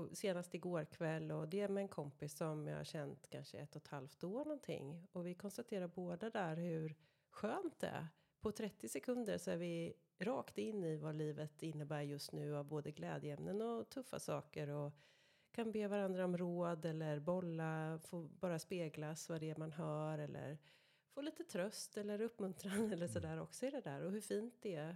och senast igår kväll. Och det är med en kompis som jag har känt kanske 1,5 år någonting. Och vi konstaterar båda där hur skönt det är. På 30 sekunder så är vi rakt in i vad livet innebär just nu. Av både glädjeämnen och tuffa saker. Och kan be varandra om råd eller bolla. Få bara speglas vad det är man hör. Eller få lite tröst eller uppmuntran eller sådär också i det där. Och hur fint det är.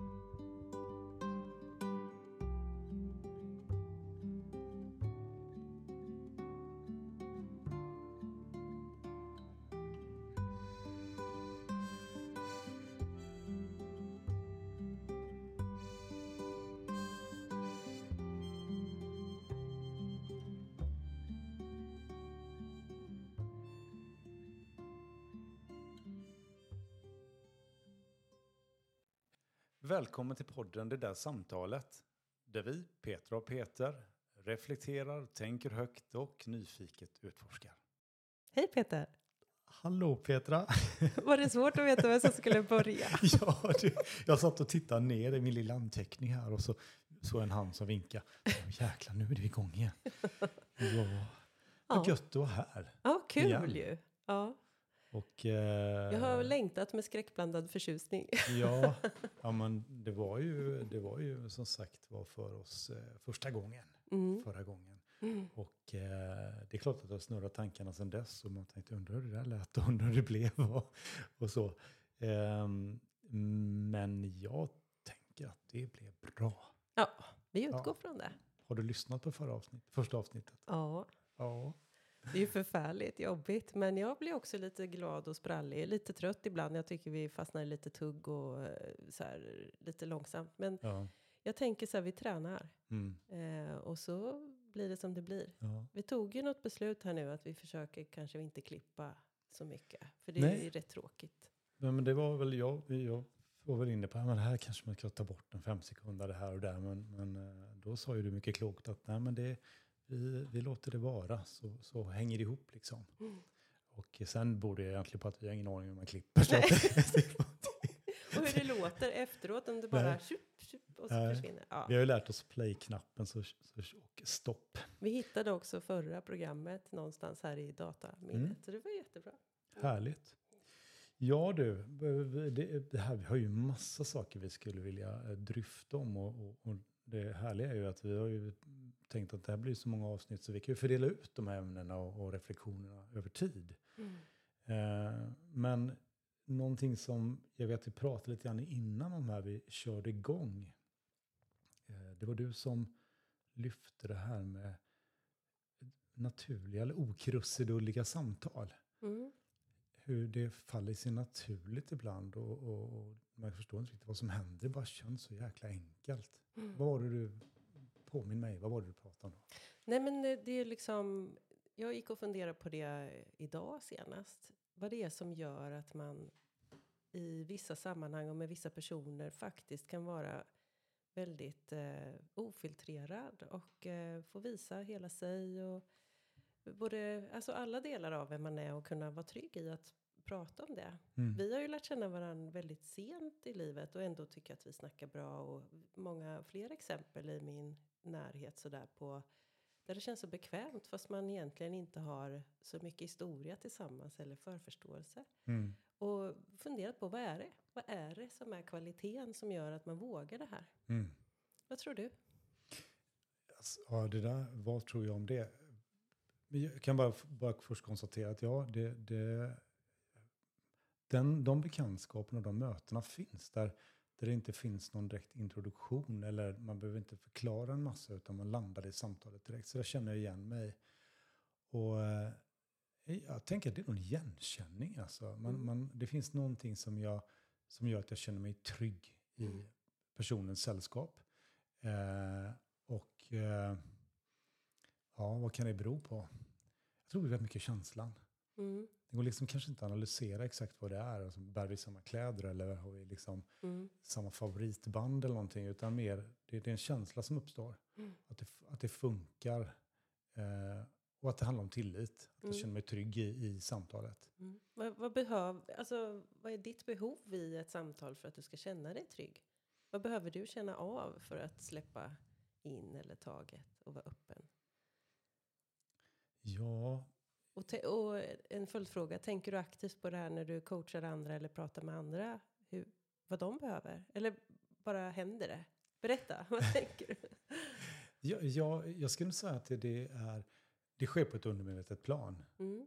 Välkommen till podden Det där samtalet. Där vi, Petra och Peter, reflekterar, tänker högt och nyfiket utforskar. Hej Peter! Hallå Petra! Var det svårt att veta vem som skulle börja? Ja, jag satt och tittade ner i min lilla anteckning här och så en hand som vinkade. Jäklar, nu är det igång igen. Ja. Vad gött att vara här. Ja, kul igen. ju. Ja. Och, jag har längtat med skräckblandad förtjusning. Ja, men det var ju som sagt var för oss förra gången. Och det är klart att jag snurrat tankarna sedan dess och man tänkte undra hur det där lät och undra hur det blev och så. Men jag tänker att det blev bra. Ja, vi utgår från det. Har du lyssnat på första avsnittet? Ja. Det är ju förfärligt jobbigt. Men jag blir också lite glad och sprallig. Lite trött ibland. Jag tycker vi fastnar i lite tugg och så här, lite långsamt. Men jag tänker så här, vi tränar. Och så blir det som det blir. Ja. Vi tog ju något beslut här nu att vi försöker kanske inte klippa så mycket. För det är ju rätt tråkigt. Men det var väl jag var väl inne på att här kanske man kan ta bort en 5 sekunder det här och där. Men då sa ju du mycket klokt att nej, men vi låter det vara så hänger det ihop liksom. Och sen borde jag egentligen på att vi har ingen aning om man klipper. Och hur det låter efteråt om det bara tjup och så försvinner. Ja. Vi har ju lärt oss play-knappen och stopp. Vi hittade också förra programmet någonstans här i dataminnet. Så det var jättebra. Härligt. Ja du, det här, vi har ju massa saker vi skulle vilja dryfta om och det härliga är ju att vi har ju tänkt att det här blir så många avsnitt så vi kan ju fördela ut de här ämnena och reflektionerna över tid. Men någonting som jag vet att vi pratade lite grann innan om här vi körde igång. Det var du som lyfte det här med naturliga eller okrusidulliga samtal. Hur det faller sig naturligt ibland och man förstår inte riktigt vad som händer. Det bara känns så jäkla enkelt. Vad var det du påminn mig? Vad var det du pratade om då? Nej men det är liksom, jag gick och funderade på det idag senast. Vad det är som gör att man i vissa sammanhang och med vissa personer faktiskt kan vara väldigt ofiltrerad och få visa hela sig och alltså alla delar av vem man är och kunna vara trygg i att prata om det. Vi har ju lärt känna varandra väldigt sent i livet och ändå tycker att vi snackar bra och många fler exempel i min närhet sådär på där det känns så bekvämt fast man egentligen inte har så mycket historia tillsammans eller förförståelse. Och funderat på vad är det som är kvaliteten som gör att man vågar det här? Vad tror du? Alltså, ja, det där, vad tror jag om det? Jag kan bara först konstatera att de bekantskaperna och de mötena finns där det inte finns någon direkt introduktion eller man behöver inte förklara en massa utan man landar i samtalet direkt. Så jag känner igen mig. Och jag tänker att det är någon igenkänning. Alltså. Det finns någonting som gör att jag känner mig trygg i personens sällskap. Vad kan det bero på? Jag tror det är väldigt mycket känslan. Det går liksom kanske inte att analysera exakt vad det är. Alltså, bär vi samma kläder eller har vi liksom samma favoritband eller någonting. Utan mer, det är en känsla som uppstår. Att det funkar. Och att det handlar om tillit. Att jag känner mig trygg i samtalet. Vad är ditt behov i ett samtal för att du ska känna dig trygg? Vad behöver du känna av för att släppa in eller taget och vara öppen? Och en följdfråga, tänker du aktivt på det här när du coachar andra eller pratar med andra? Vad de behöver? Eller bara händer det? Berätta, vad tänker du? Jag skulle säga att det sker på ett undermedvetet plan.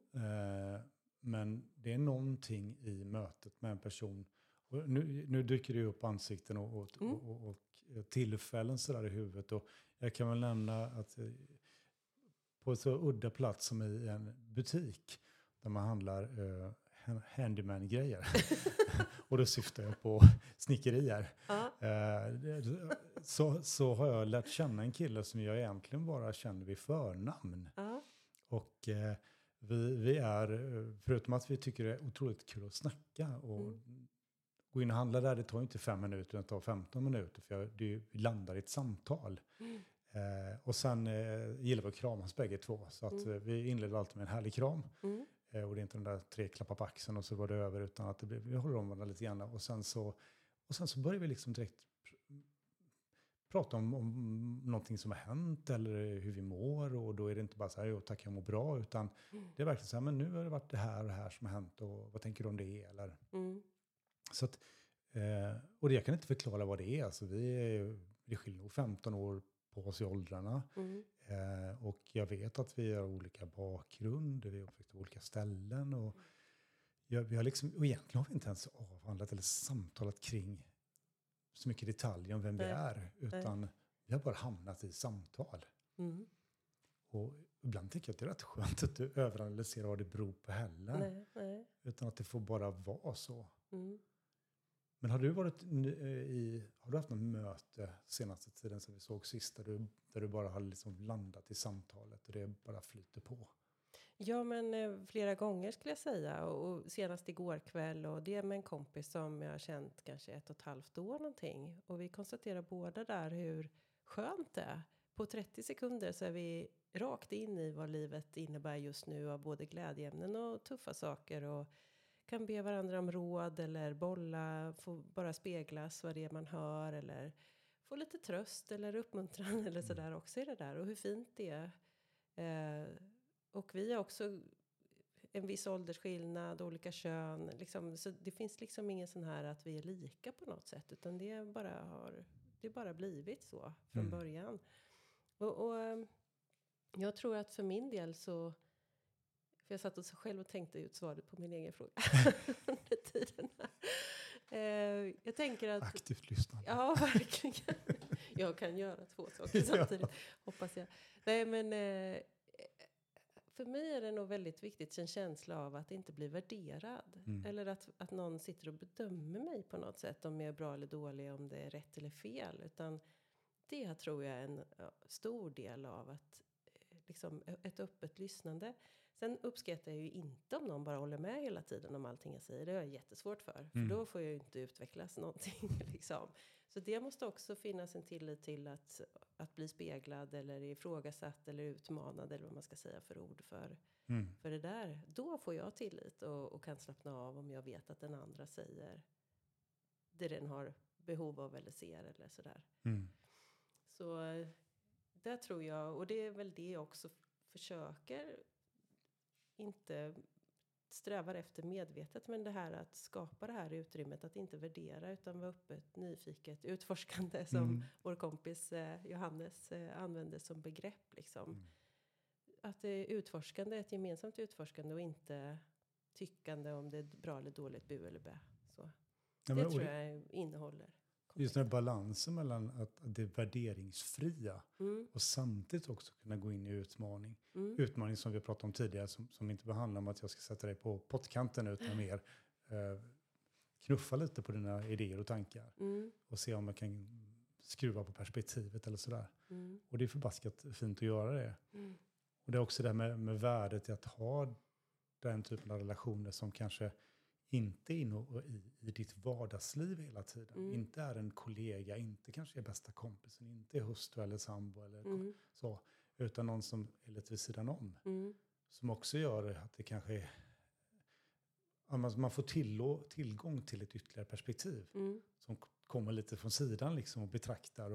Men det är någonting i mötet med en person. Och nu dyker det upp ansikten och tillfällen sådär i huvudet. Och jag kan väl nämna att på så udda plats som i en butik där man handlar handyman-grejer. Och då syftar jag på snickerier. Så har jag lärt känna en kille som jag egentligen bara känner vid förnamn. Och vi är, förutom att vi tycker det är otroligt kul att snacka och gå in och handla där, det tar inte 5 minuter, utan det tar 15 minuter. För vi landar i ett samtal. Och sen gillar vi att kramas bägge två. Så att vi inleder alltid med en härlig kram. Och det är inte de där 3 klappar på axeln och så var det över, utan att vi håller om varandra lite grann. Och sen så börjar vi liksom direkt prata om någonting som har hänt eller hur vi mår. Och då är det inte bara så här, tack jag mår bra, utan det är verkligen så här, men nu har det varit det här och det här som har hänt och vad tänker du om det? Eller? Så att, och jag kan inte förklara vad det är. Alltså det skiljer nog 15 år på oss i åldrarna. Och jag vet att vi har olika bakgrund, vi är uppväxt på olika ställen. Och vi har liksom, och egentligen har vi inte ens avhandlat eller samtalat kring så mycket detaljer om vem vi är. Utan vi har bara hamnat i samtal. Och ibland tycker jag att det är rätt skönt att du överanalyserar vad det beror på heller. Utan att det får bara vara så. Men har du haft något möte senaste tiden som vi såg sist där du bara har liksom landat i samtalet och det bara flyter på? Ja, men flera gånger skulle jag säga. Och senast igår kväll, och det är med en kompis som jag har känt kanske 1,5 år någonting. Och vi konstaterar båda där hur skönt det är. På 30 sekunder så är vi rakt in i vad livet innebär just nu av både glädjeämnen och tuffa saker. Och kan be varandra om råd eller bolla, få bara speglas vad det är man hör. Eller få lite tröst eller uppmuntran eller sådär också i det där. Och hur fint det är. Och vi har också en viss åldersskillnad, olika kön. Liksom, så det finns liksom ingen sån här att vi är lika på något sätt. Utan det är bara blivit så från början. Och jag tror att för min del så... För jag satt och själv och tänkte ut svaret på min egen fråga under tiden. Jag tänker att... Aktivt lyssnande. Ja, verkligen. Jag kan göra 2 saker samtidigt, hoppas jag. Nej, men... För mig är det nog väldigt viktigt en känsla av att inte bli värderad. Eller att någon sitter och bedömer mig på något sätt. Om jag är bra eller dålig, om det är rätt eller fel. Utan det tror jag är en stor del av att, liksom, ett öppet lyssnande. Sen uppskattar jag ju inte om någon bara håller med hela tiden om allting jag säger. Det är jag jättesvårt för. För då får jag ju inte utvecklas någonting. Liksom. Så det måste också finnas en tillit till att bli speglad eller ifrågasatt eller utmanad eller vad man ska säga för ord för det där. Då får jag tillit och kan slappna av om jag vet att den andra säger det den har behov av eller ser eller sådär. Så där tror jag, och det är väl det jag också försöker, inte strävar efter medvetet, men det här att skapa det här utrymmet, att inte värdera utan vara öppet, nyfiket, utforskande som vår kompis Johannes använde som begrepp liksom. Att det är utforskande, ett gemensamt utforskande och inte tyckande om det är bra eller dåligt, bu eller bä. Så. Ja, det tror jag innehåller. Just den här balansen mellan att det är värderingsfria och samtidigt också kunna gå in i utmaning. Utmaning som vi pratade om tidigare som inte behandlar om att jag ska sätta dig på pottkanten utan mer knuffa lite på dina idéer och tankar. Och se om jag kan skruva på perspektivet eller sådär. Och det är förbaskat fint att göra det. Och det är också det här med värdet i att ha den typen av relationer som kanske inte är inne i ditt vardagsliv hela tiden. Inte är en kollega, inte kanske är bästa kompisen, inte är hustru eller sambo eller så. Utan någon som är lite vid sidan om. Som också gör att det kanske är... Man får tillgång till ett ytterligare perspektiv. Som kommer lite från sidan liksom och betraktar.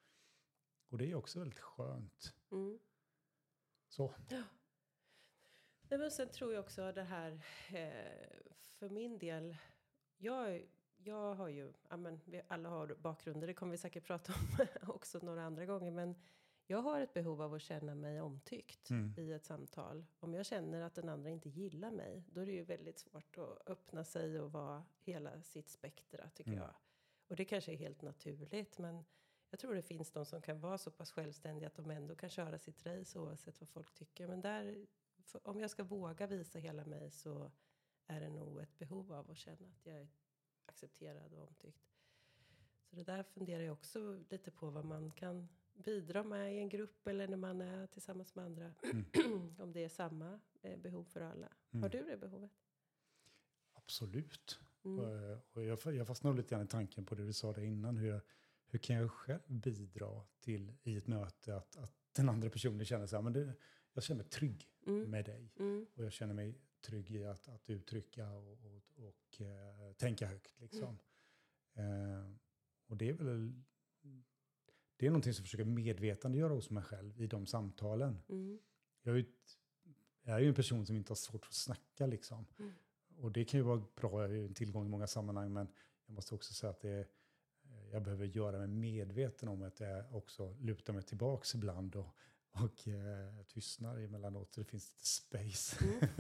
Och det är också väldigt skönt. Så. Nej, men sen tror jag också det här, för min del, jag har ju, ja, men vi alla har bakgrunder, det kommer vi säkert prata om också några andra gånger, men jag har ett behov av att känna mig omtyckt i ett samtal. Om jag känner att den andra inte gillar mig, då är det ju väldigt svårt att öppna sig och vara hela sitt spektra, tycker jag. Och det kanske är helt naturligt, men jag tror det finns de som kan vara så pass självständiga att de ändå kan köra sitt race oavsett vad folk tycker. Men där, om jag ska våga visa hela mig, så är det nog ett behov av att känna att jag är accepterad och omtyckt. Så det där funderar jag också lite på, vad man kan bidra med i en grupp eller när man är tillsammans med andra. Om det är samma behov för alla. Har du det behovet? Absolut. Och jag fastnade lite grann i tanken på det du sa där innan. Hur kan jag själv bidra till i ett möte att den andra personen känner så här, men jag känner mig trygg med dig. Och jag känner mig trygg i att uttrycka och tänka högt. Liksom. Och det är väl... Det är någonting som jag försöker medvetandegöra hos mig själv i de samtalen. Jag är ju en person som inte har svårt att snacka. Liksom. Och det kan ju vara bra, en tillgång i många sammanhang. Men jag måste också säga att jag behöver göra mig medveten om att jag också lutar mig tillbaka ibland. Och tystnar emellanåt. Så det finns lite space.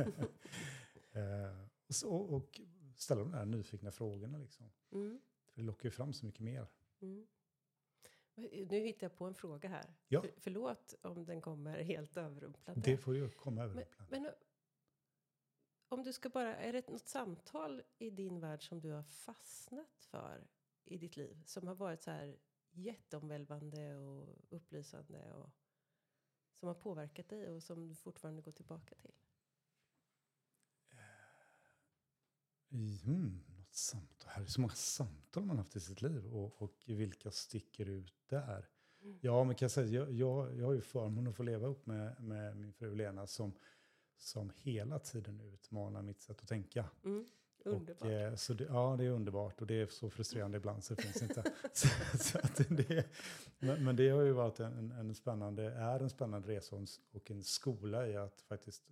Och ställa de där nyfikna frågorna. Liksom. För det lockar ju fram så mycket mer. Nu hittar jag på en fråga här. Ja. Förlåt om den kommer helt överrumplande. Det får ju komma överrumplande. Men om du ska bara... Är det något samtal i din värld som du har fastnat för i ditt liv? Som har varit så här jätteomvälvande och upplysande. Och som har påverkat dig och som du fortfarande går tillbaka till? Något samtal. Här är så många samtal man har haft i sitt liv. Och vilka sticker ut där? Ja, men kan jag säga, jag har ju förmånen att få leva upp med min fru Lena som hela tiden utmanar mitt sätt att tänka. Underbart. Och, så det är underbart. Och det är så frustrerande ibland så det finns inte. Men det har ju varit en spännande resa och en skola i att faktiskt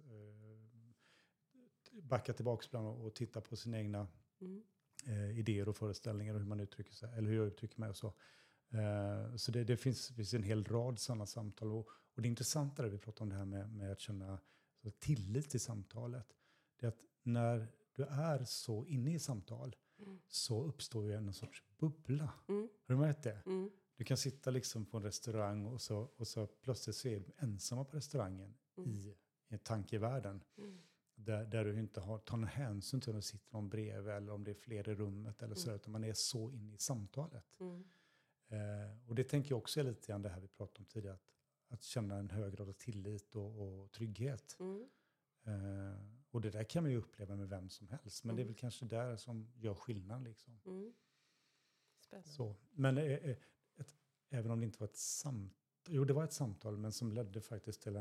backa tillbaka ibland och titta på sina egna idéer och föreställningar och hur man uttrycker sig, eller hur jag uttrycker mig och så. Så det finns en hel rad sådana samtal. Och det intressanta är att vi pratar om det här med att känna tillit i samtalet. Det är att när du är så inne i samtal så uppstår ju en sorts bubbla. Har du märkt det? Du kan sitta liksom på en restaurang och så plötsligt så är du ensamma på restaurangen i en tankevärlden. Där du inte tar någon hänsyn till om det sitter någon bredvid eller om det är fler i rummet eller så, utan man är så inne i samtalet. Och det tänker jag också är lite grann det här vi pratade om tidigare, att känna en hög grad av tillit och trygghet. Och det där kan man ju uppleva med vem som helst, men det är väl kanske där som gör skillnad liksom. Spännande. Så, men även om det inte var ett samtal, det var ett samtal, men som ledde faktiskt till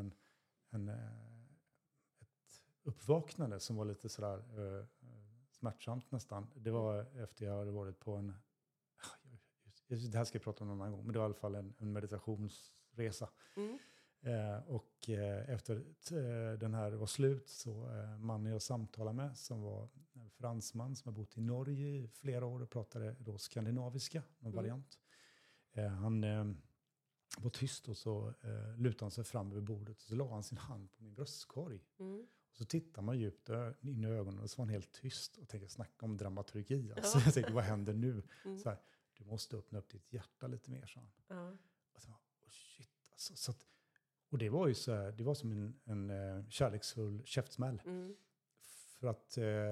ett uppvaknande som var lite sådär smärtsamt nästan. Det var efter jag hade varit på det här ska jag prata om någon annan gång, men det var i alla fall en meditationsresa. Och efter den här var slut så mannen jag samtalade med, som var en fransman som har bott i Norge i flera år och pratade då skandinaviska, någon variant. Han var tyst och så lutade han sig fram över bordet och så la han sin hand på min bröstkorg. Och så tittar man djupt in i ögonen och så var han helt tyst och tänkte snacka om dramaturgi. Alltså, jag tänkte, vad händer nu? Så här, du måste öppna upp ditt hjärta lite mer, sa han. Och så, shit, alltså, så att, och det var ju så här, det var som en kärleksfull käftsmäll. För att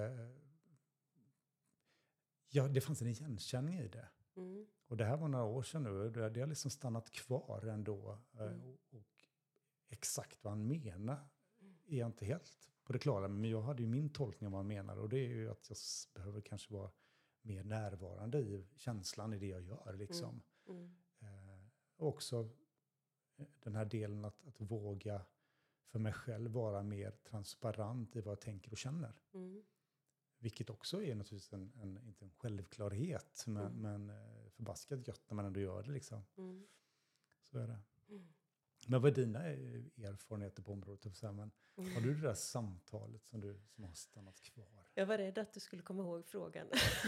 det fanns en igenkänning i det. Och det här var några år sedan nu. Det har liksom stannat kvar ändå. Och exakt vad han menar är jag inte helt på det klara. Men jag hade ju min tolkning av vad han menar. Och det är ju att jag behöver kanske vara mer närvarande i känslan i det jag gör. Liksom. Och också den här delen att våga för mig själv vara mer transparent i vad jag tänker och känner. Vilket också är naturligtvis inte en självklarhet, men förbaskat gött när man ändå gör det. Liksom. Så är det. Men vad är dina erfarenheter på området? Så här, men, har du det där samtalet som har stannat kvar? Jag var rädd att du skulle komma ihåg frågan.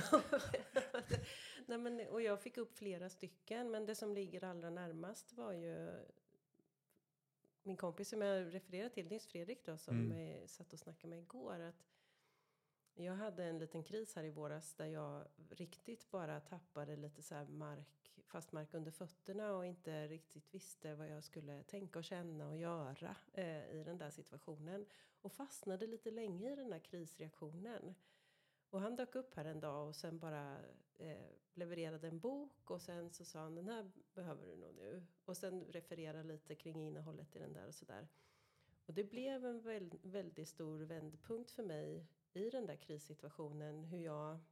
Nej, men, och jag fick upp flera stycken. Men det som ligger allra närmast var ju min kompis som jag refererade till nyss, Fredrik då, som satt och snackade med igår. Att jag hade en liten kris här i våras där jag riktigt bara tappade lite så här fast mark under fötterna och inte riktigt visste vad jag skulle tänka och känna och göra i den där situationen. Och fastnade lite länge i den där krisreaktionen. Och han dök upp här en dag och sen bara levererade en bok. Och sen så sa han, den här behöver du nog nu. Och sen refererade lite kring innehållet i den där och sådär. Och det blev en väldigt stor vändpunkt för mig i den där krissituationen. Hur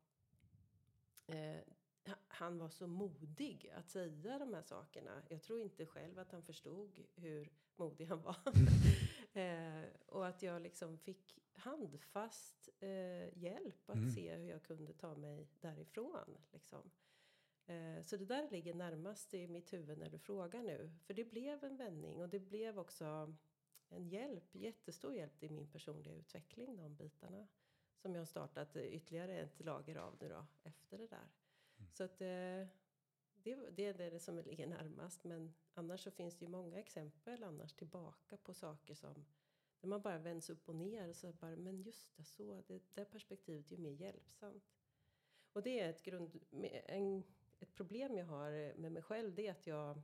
han var så modig att säga de här sakerna. Jag tror inte själv att han förstod hur modig han var. Och att jag liksom fick handfast hjälp att se hur jag kunde ta mig därifrån. Liksom. Så det där ligger närmast i mitt huvud när du frågar nu. För det blev en vändning och det blev också en jättestor hjälp i min personliga utveckling, de bitarna. Som jag har startat ytterligare ett lager av nu då, efter det där. Så att det är det som ligger närmast. Men annars så finns det ju många exempel annars tillbaka på saker som när man bara vänds upp och ner. Så bara, men just det, så det perspektivet är ju mer hjälpsamt. Och det är ett problem jag har med mig själv. Det är att jag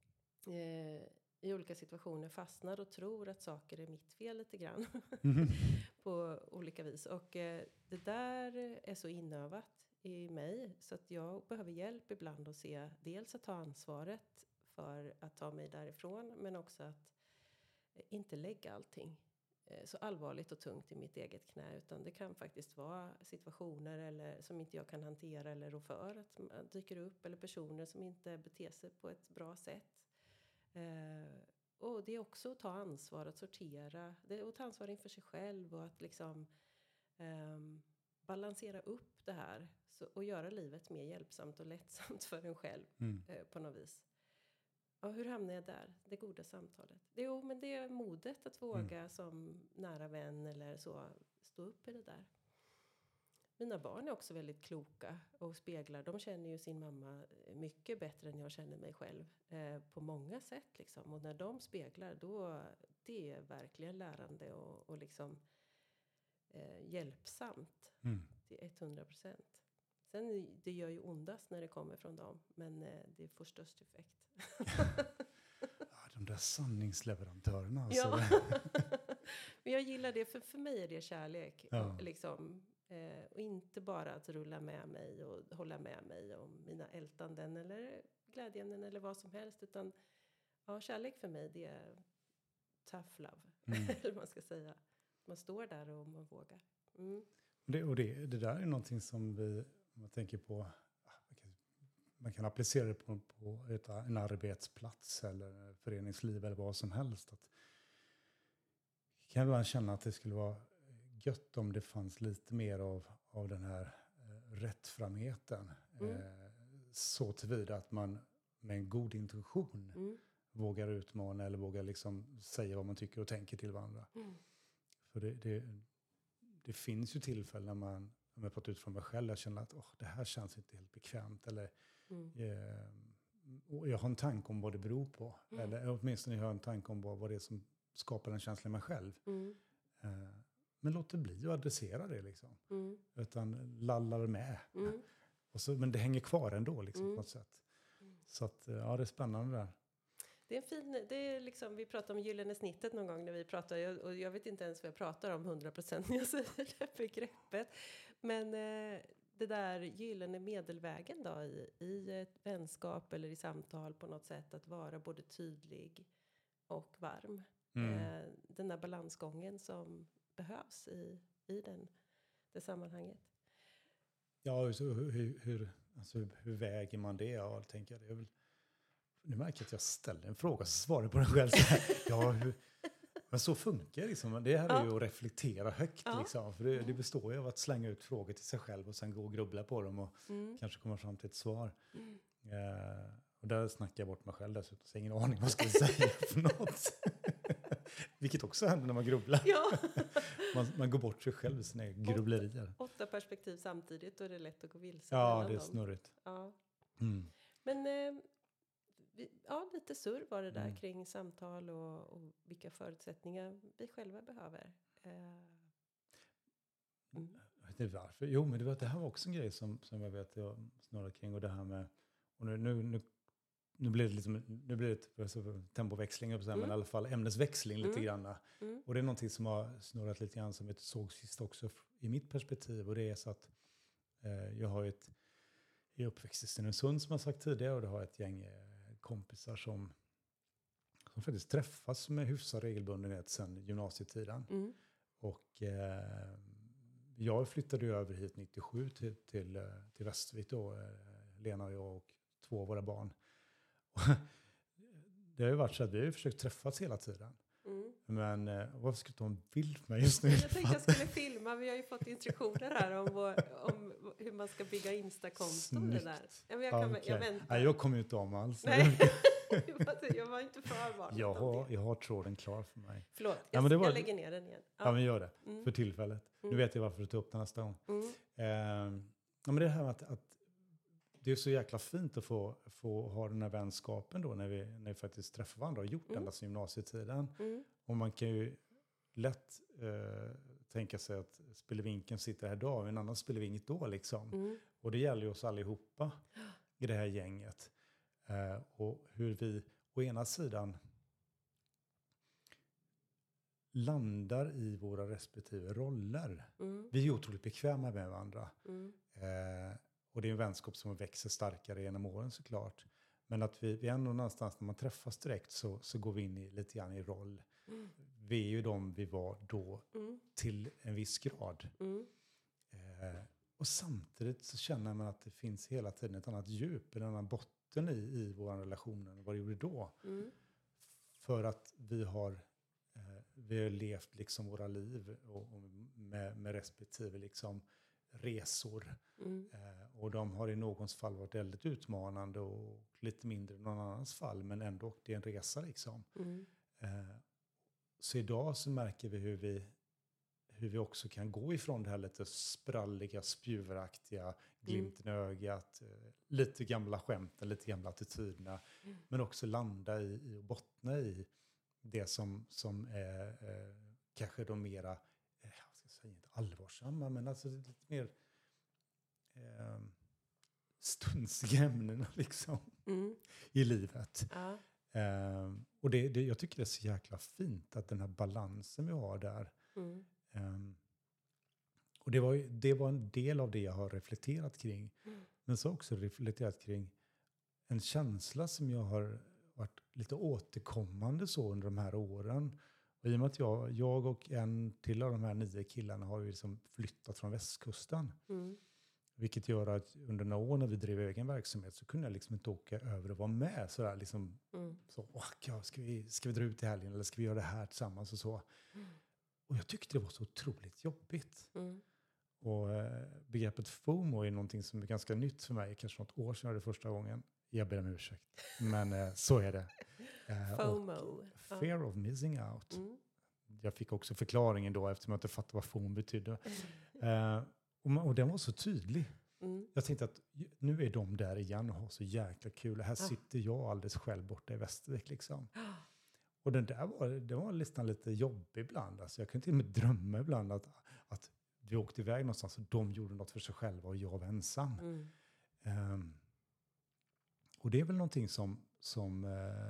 i olika situationer fastnar och tror att saker är mitt fel lite grann. På olika vis. Och det där är så inövat i mig. Så att jag behöver hjälp ibland att se. Dels att ta ansvaret för att ta mig därifrån. Men också att inte lägga allting så allvarligt och tungt i mitt eget knä. Utan det kan faktiskt vara situationer eller, som inte jag kan hantera eller rå för. Att man dyker upp. Eller personer som inte beter sig på ett bra sätt. Och det är också att ta ansvar, att sortera. Det är att ta ansvar inför sig själv och att liksom balansera upp det här. Och göra livet mer hjälpsamt och lättsamt för en själv på något vis. Och hur hamnar jag där? Det goda samtalet. Men det är modet att våga som nära vän eller så stå upp i det där. Mina barn är också väldigt kloka och speglar. De känner ju sin mamma mycket bättre än jag känner mig själv. På många sätt liksom. Och när de speglar, då det är verkligen lärande och liksom hjälpsamt. Det är 100%. Sen det gör ju ondast när det kommer från dem. Men det får störst effekt. De där sanningsleverantörerna. Alltså. Ja. Men jag gillar det. För mig är det kärlek. Ja. Liksom. Och inte bara att rulla med mig och hålla med mig om mina ältanden eller glädjeämnen eller vad som helst. Utan kärlek för mig, det är tough love. Eller man ska säga. Man står där och man vågar. Det där är någonting som man tänker på, man kan applicera det på en arbetsplats eller föreningsliv eller vad som helst. Att, kan jag ibland känna att det skulle vara gött om det fanns lite mer av den här rättframheten. Så tillvida att man med en god intention vågar utmana eller vågar liksom säga vad man tycker och tänker till varandra. För det finns ju tillfällen när om jag pratar ut från mig själv, jag känner att det här känns inte helt bekvämt. Eller och jag har en tanke om vad det beror på. Eller åtminstone jag har en tanke om vad det är som skapar den känslan i mig själv. Men låt det bli och adressera det liksom. Utan lallar med. Men det hänger kvar ändå liksom, på något sätt. Så att, det är spännande där. Det är liksom, vi pratar om gyllene snittet någon gång när vi pratar, och jag vet inte ens vad jag pratar om 100% när jag säger det begreppet. Men det där gyllene medelvägen då i ett vänskap eller i samtal på något sätt, att vara både tydlig och varm. Den där balansgången som behövs i det sammanhanget. Ja, så hur väger man det? Ja, tänker jag, det är väl. Nu märker jag att jag ställer en fråga så svarar på den själv. Men så funkar det liksom. Det här är ju att reflektera högt. Liksom. För det består ju av att slänga ut frågor till sig själv och sen gå och grubbla på dem och kanske komma fram till ett svar. Och där snackar jag bort mig själv dessutom. Så jag har ingen aning vad jag ska säga för något. Vilket också händer när man grubblar. Ja. man går bort sig själv i sina grubblerier. 8 perspektiv samtidigt, och är det lätt att gå vilse. Ja, det är snurrigt. Ja. Mm. Men lite surr var det där kring samtal och vilka förutsättningar vi själva behöver. Det är varför. Jo, men det här var också en grej som jag vet jag snurrar kring. Och det här med, och nu blir det liksom, nu blir det tempoväxling, men i alla fall ämnesväxling lite grann. Och det är någonting som har snurrat lite grann som jag såg sist också i mitt perspektiv. Och det är så att jag har jag är uppväxt i Stenungsund som jag sagt tidigare, och det har ett gäng kompisar som faktiskt träffas med hyfsad regelbundenhet sedan gymnasietiden. Och jag flyttade över hit 97 till Västervik då, Lena och jag och 2 av våra barn. Det har ju varit så att vi har försökt träffas hela tiden. Men varför ska du ta en bild med just nu? Jag tänkte jag skulle filma. Vi har ju fått instruktioner här om hur man ska bygga Insta-konto. Det där. Jag väntar. Nej, jag kommer ju inte om alls. Nej. Jag var inte förvarnad. Jag har tråden klar för mig. Förlåt, jag lägger ner den igen. Ja, men gör det. För tillfället. Nu vet jag varför du tar upp den nästa gång. Men det här med att det är så jäkla fint att få ha den här vänskapen då när vi faktiskt träffar varandra och gjort ända sedan gymnasietiden. Och man kan ju lätt tänka sig att Spelevinken sitter här idag, en annan spelar vi inget då liksom. Och det gäller ju oss allihopa i det här gänget. Och hur vi å ena sidan landar i våra respektive roller. Vi är otroligt bekväma med varandra. Och det är en vänskap som växer starkare genom åren såklart. Men att vi ändå någonstans när man träffas direkt så går vi in lite grann i roll. Vi är ju de vi var då till en viss grad. Och samtidigt så känner man att det finns hela tiden ett annat djup, en annan botten i vår relation än vad det gjorde då. För att vi har levt liksom våra liv och med respektive liksom resor. Och de har i någons fall varit väldigt utmanande och lite mindre i någon annans fall, men ändå det är en resa liksom. Så idag så märker vi hur vi också kan gå ifrån det här lite spralliga, spjuveraktiga, glimten i ögat, lite gamla skämten, lite gamla attityderna, men också landa i och bottna i det som är kanske de mera, jag ska säga inte allvarsamma, men alltså lite mer stunsiga ämnena liksom i livet. Och jag tycker det är så jäkla fint att den här balansen vi har där. Och det var en del av det jag har reflekterat kring. Men så också reflekterat kring en känsla som jag har varit lite återkommande så under de här åren. Och i och med att jag och en till av de här 9 killarna har ju liksom flyttat från västkusten. Vilket gör att under några år när vi drev egen verksamhet så kunde jag liksom inte åka över och vara med. Sådär liksom, ska vi dra ut i helgen eller ska vi göra det här tillsammans och så. Och jag tyckte det var så otroligt jobbigt. Och begreppet FOMO är någonting som är ganska nytt för mig. Kanske något år sedan det första gången. Jag ber om ursäkt. Men så är det. FOMO. Fear of missing out. Jag fick också förklaringen då eftersom jag inte fattade vad FOMO betydde. Och den var så tydlig. Jag tänkte att nu är de där igen och har så jäkla kul. Här sitter jag alldeles själv borta i Västervik liksom. Och den var nästan lite jobbig ibland. Alltså jag kunde till och med drömma ibland att vi åkte iväg någonstans och de gjorde något för sig själva och jag var ensam. Och det är väl någonting som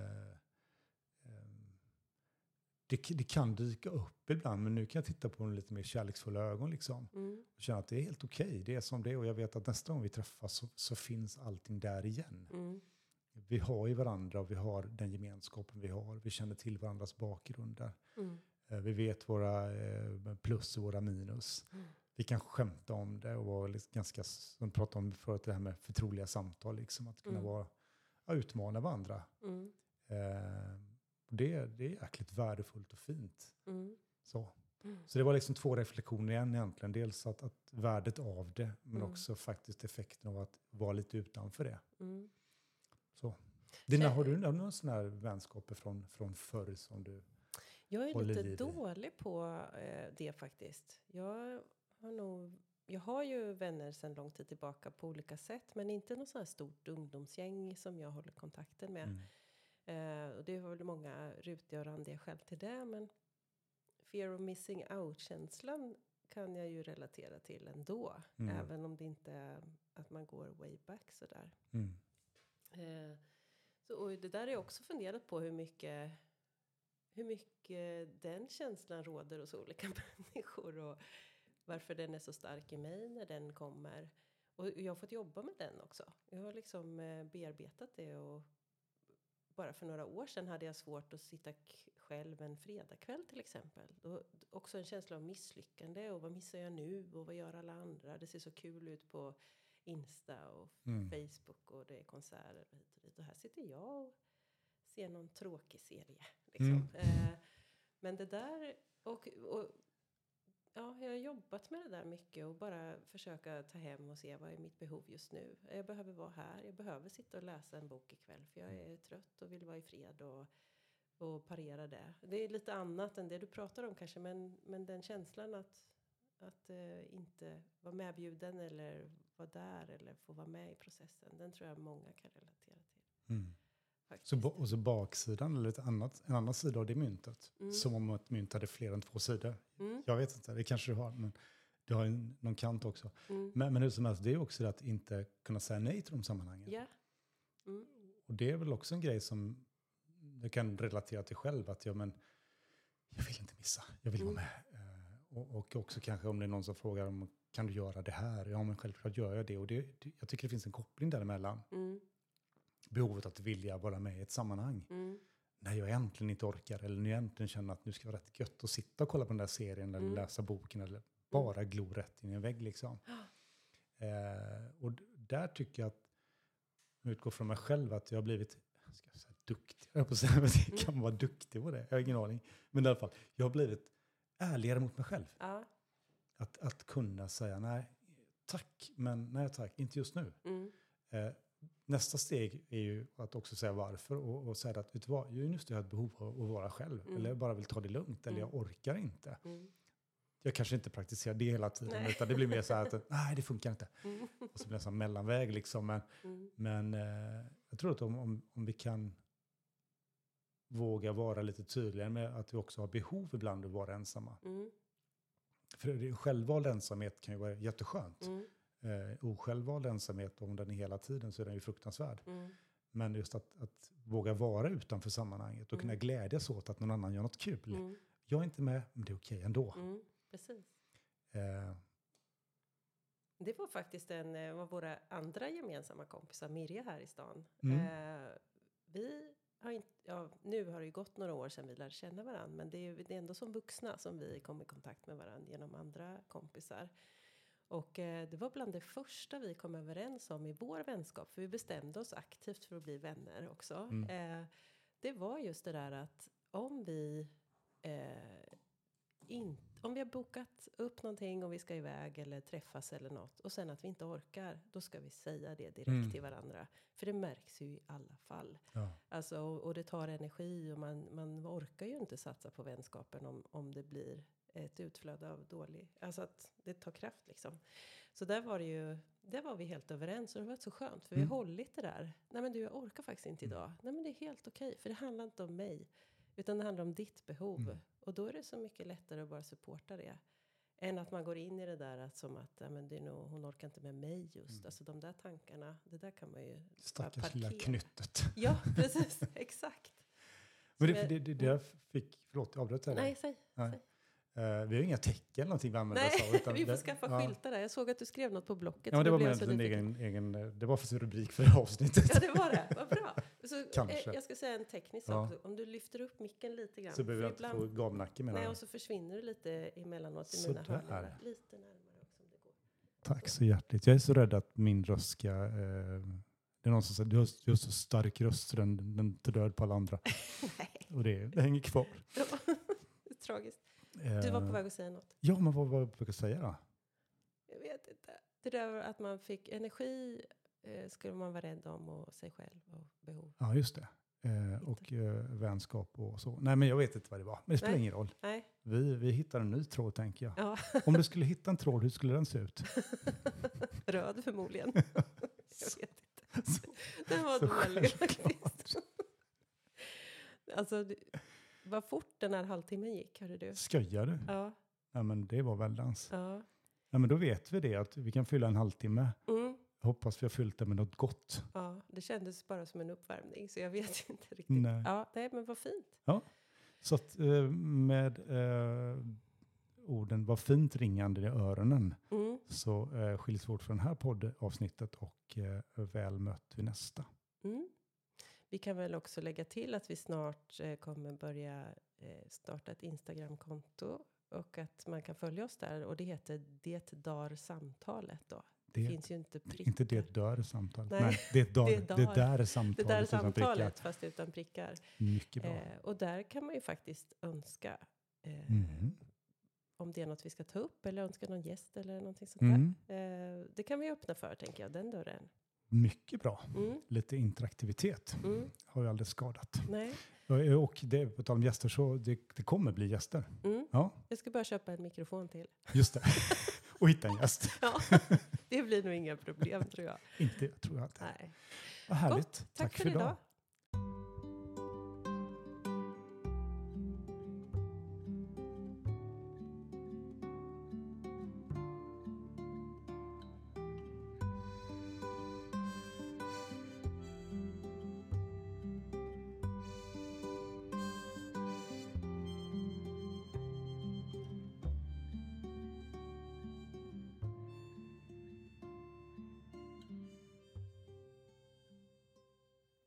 det kan dyka upp ibland, men nu kan jag titta på en lite mer kärleksfulla ögon liksom. Och känna att det är helt okej. Det är som det är och jag vet att nästa gång vi träffas så finns allting där igen. Vi har ju varandra och vi har den gemenskapen vi har. Vi känner till varandras bakgrunder. Vi vet våra plus och våra minus. Vi kan skämta om det och vara liksom ganska, som pratade om förut, det här med förtroliga samtal. Liksom, att kunna utmana varandra. Det är jäkligt värdefullt och fint. Så det var liksom 2 reflektioner igen egentligen. Dels att värdet av det, men också faktiskt effekten av att vara lite utanför det. Så. Har du någon sån här vänskaper från förr som du Jag är håller lite liv i? dålig på det faktiskt. Jag har ju vänner sedan lång tid tillbaka på olika sätt. Men inte något sånt här stort ungdomsgäng som jag håller kontakten med. Och det var väl många rutiga och randiga skäl till det. Men fear of missing out-känslan kan jag ju relatera till ändå. Även om det inte är att man går way back sådär. Och det där är jag också funderat på hur mycket den känslan råder hos olika människor. Och varför den är så stark i mig när den kommer. Och jag har fått jobba med den också. Jag har liksom bearbetat det. Och bara för några år sedan hade jag svårt att sitta själv en fredagkväll till exempel. Också en känsla av misslyckande. Och vad missar jag nu? Och vad gör alla andra? Det ser så kul ut på Insta och Facebook. Och det är konserter och hit och dit. Och här sitter jag och ser någon tråkig serie. Liksom. Men det där... Ja, jag har jobbat med det där mycket och bara försöka ta hem och se vad är mitt behov just nu. Jag behöver vara här, jag behöver sitta och läsa en bok ikväll för jag är trött och vill vara i fred och parera det. Det är lite annat än det du pratar om kanske, men den känslan att inte vara medbjuden eller vara där eller få vara med i processen, den tror jag många kan relatera till. Så baksidan eller en annan sida av det myntet. Som om ett mynt hade fler än 2 sidor. Jag vet inte, det kanske du har. Men du har någon kant också. Men hur som helst, det är också att inte kunna säga nej till de sammanhangen. Yeah. Och det är väl också en grej som jag kan relatera till själv. Att jag vill inte missa. Jag vill vara med. Och också kanske om det är någon som frågar om kan du göra det här? Ja, men självklart gör jag det. Och jag tycker det finns en koppling däremellan. Behovet att vilja vara med i ett sammanhang. När jag äntligen inte orkar. Eller när jag äntligen känner att nu ska vara rätt gött att sitta och kolla på den där serien. Eller läsa boken. Eller bara glo rätt in i en vägg liksom. Och där tycker jag att jag utgår från mig själv att jag har blivit duktig. Jag kan vara duktig på det. Jag har ingen aning. Men i alla fall, jag har blivit ärligare mot mig själv. Att kunna säga nej tack. Men nej tack, inte just nu. Nästa steg är ju att också säga varför och säga att vet du vad, just det, jag har ett behov av att vara själv. Eller jag bara vill ta det lugnt. Eller jag orkar inte. Jag kanske inte praktiserar det hela tiden. Utan det blir mer så här att nej, det funkar inte. Och så blir det en sån mellanväg liksom. Men jag tror att om vi kan våga vara lite tydligare med att vi också har behov ibland att vara ensamma. För självvald ensamhet kan ju vara jätteskönt. Osjälvvald ensamhet, om den är hela tiden så är den ju fruktansvärd. Men just att våga vara utanför sammanhanget och kunna glädjas åt att någon annan gör något kul. Jag är inte med, men det är okej ändå. Precis. Det var faktiskt en av våra andra gemensamma kompisar, Mirja här i stan. Vi har inte, nu har det ju gått några år sedan vi lärde känna varandra. Men det är ändå som vuxna som vi kom i kontakt med varandra genom andra kompisar. Och det var bland det första vi kom överens om i vår vänskap. För vi bestämde oss aktivt för att bli vänner också. Det var just det där att om vi har bokat upp någonting och vi ska iväg eller träffas eller något. Och sen att vi inte orkar, då ska vi säga det direkt till varandra. För det märks ju i alla fall. Alltså, och det tar energi och man orkar ju inte satsa på vänskapen om det blir ett utflöde av dålig. Alltså att det tar kraft liksom. Så där var vi helt överens och det var så skönt. För vi har hållit det där. Nej men du, jag orkar faktiskt inte idag. Nej men det är helt okej. För det handlar inte om mig. Utan det handlar om ditt behov. Och då är det så mycket lättare att bara supporta det. Än att man går in i det där att som att ja, men det är nog, hon orkar inte med mig just. Alltså de där tankarna, det där kan man ju stackars lilla knyttet. Ja, precis. Exakt. Men det jag fick, förlåt, jag avbröt det. Nej, säg. Vi har inga tecken eller någonting vi använder oss av. Utan vi får skaffa skyltar där. Jag såg att du skrev något på blocket. Ja, det var med en egen, det var för rubrik för avsnittet. Ja, det var det. Vad bra. Så, kanske. Jag ska säga en teknisk sak. Om du lyfter upp micken lite grann. Så behöver jag inte få gamnacke med. Nej, och så försvinner du lite emellanåt i mina hörlurar. Lite närmare också om det går. Tack så hjärtligt. Jag är så rädd att min röst ska... det är någon som säger, du har så stark röst så den tar död på alla andra. Nej. Och det hänger kvar. Tragiskt. Du var på väg att säga något. Ja, men vad var jag på väg att säga då? Jag vet inte. Det där att man fick energi skulle man vara rädd om och sig själv och behov. Ja, just det. Och vänskap och så. Nej, men jag vet inte vad det var. Men det spelar ingen roll. Nej. Vi hittar en ny tråd, tänker jag. Ja. Om du skulle hitta en tråd, hur skulle den se ut? Röd förmodligen. Jag vet inte. Den var dålig faktiskt. Alltså, vad fort den här halvtimmen gick, hörde du? Skojar du? Ja. Ja, men det var väldans. Ja. Ja, men då vet vi det, att vi kan fylla en halvtimme. Mm. Hoppas vi har fyllt det med något gott. Ja, det kändes bara som en uppvärmning, så jag vet inte riktigt. Nej. Ja, nej, men vad fint. Ja, så att med orden var fint ringande i öronen så skiljs vi åt från det här poddavsnittet och väl mött vid nästa. Mm. Vi kan väl också lägga till att vi snart kommer börja starta ett Instagram-konto och att man kan följa oss där, och det heter Det dar samtalet då. Det finns ju inte prickar. Inte det dör samtalet. Nej. Nej, det där samtalet. Det där utan samtalet prickar. fast utan prickar. Mycket bra. Och där kan man ju faktiskt önska om det är något vi ska ta upp eller önska någon gäst eller någonting sånt där. Det kan vi öppna för, tänker jag, den dörren. Mycket bra. Lite interaktivitet har ju aldrig skadat. Nej. Och det, på tal om gäster, så det kommer bli gäster. Ja. Jag ska bara köpa en mikrofon till. Just det. Och hitta en gäst. Ja, det blir nog inga problem, tror jag. Inte, tror jag inte. Nej. Vad härligt. Gott. Tack för idag.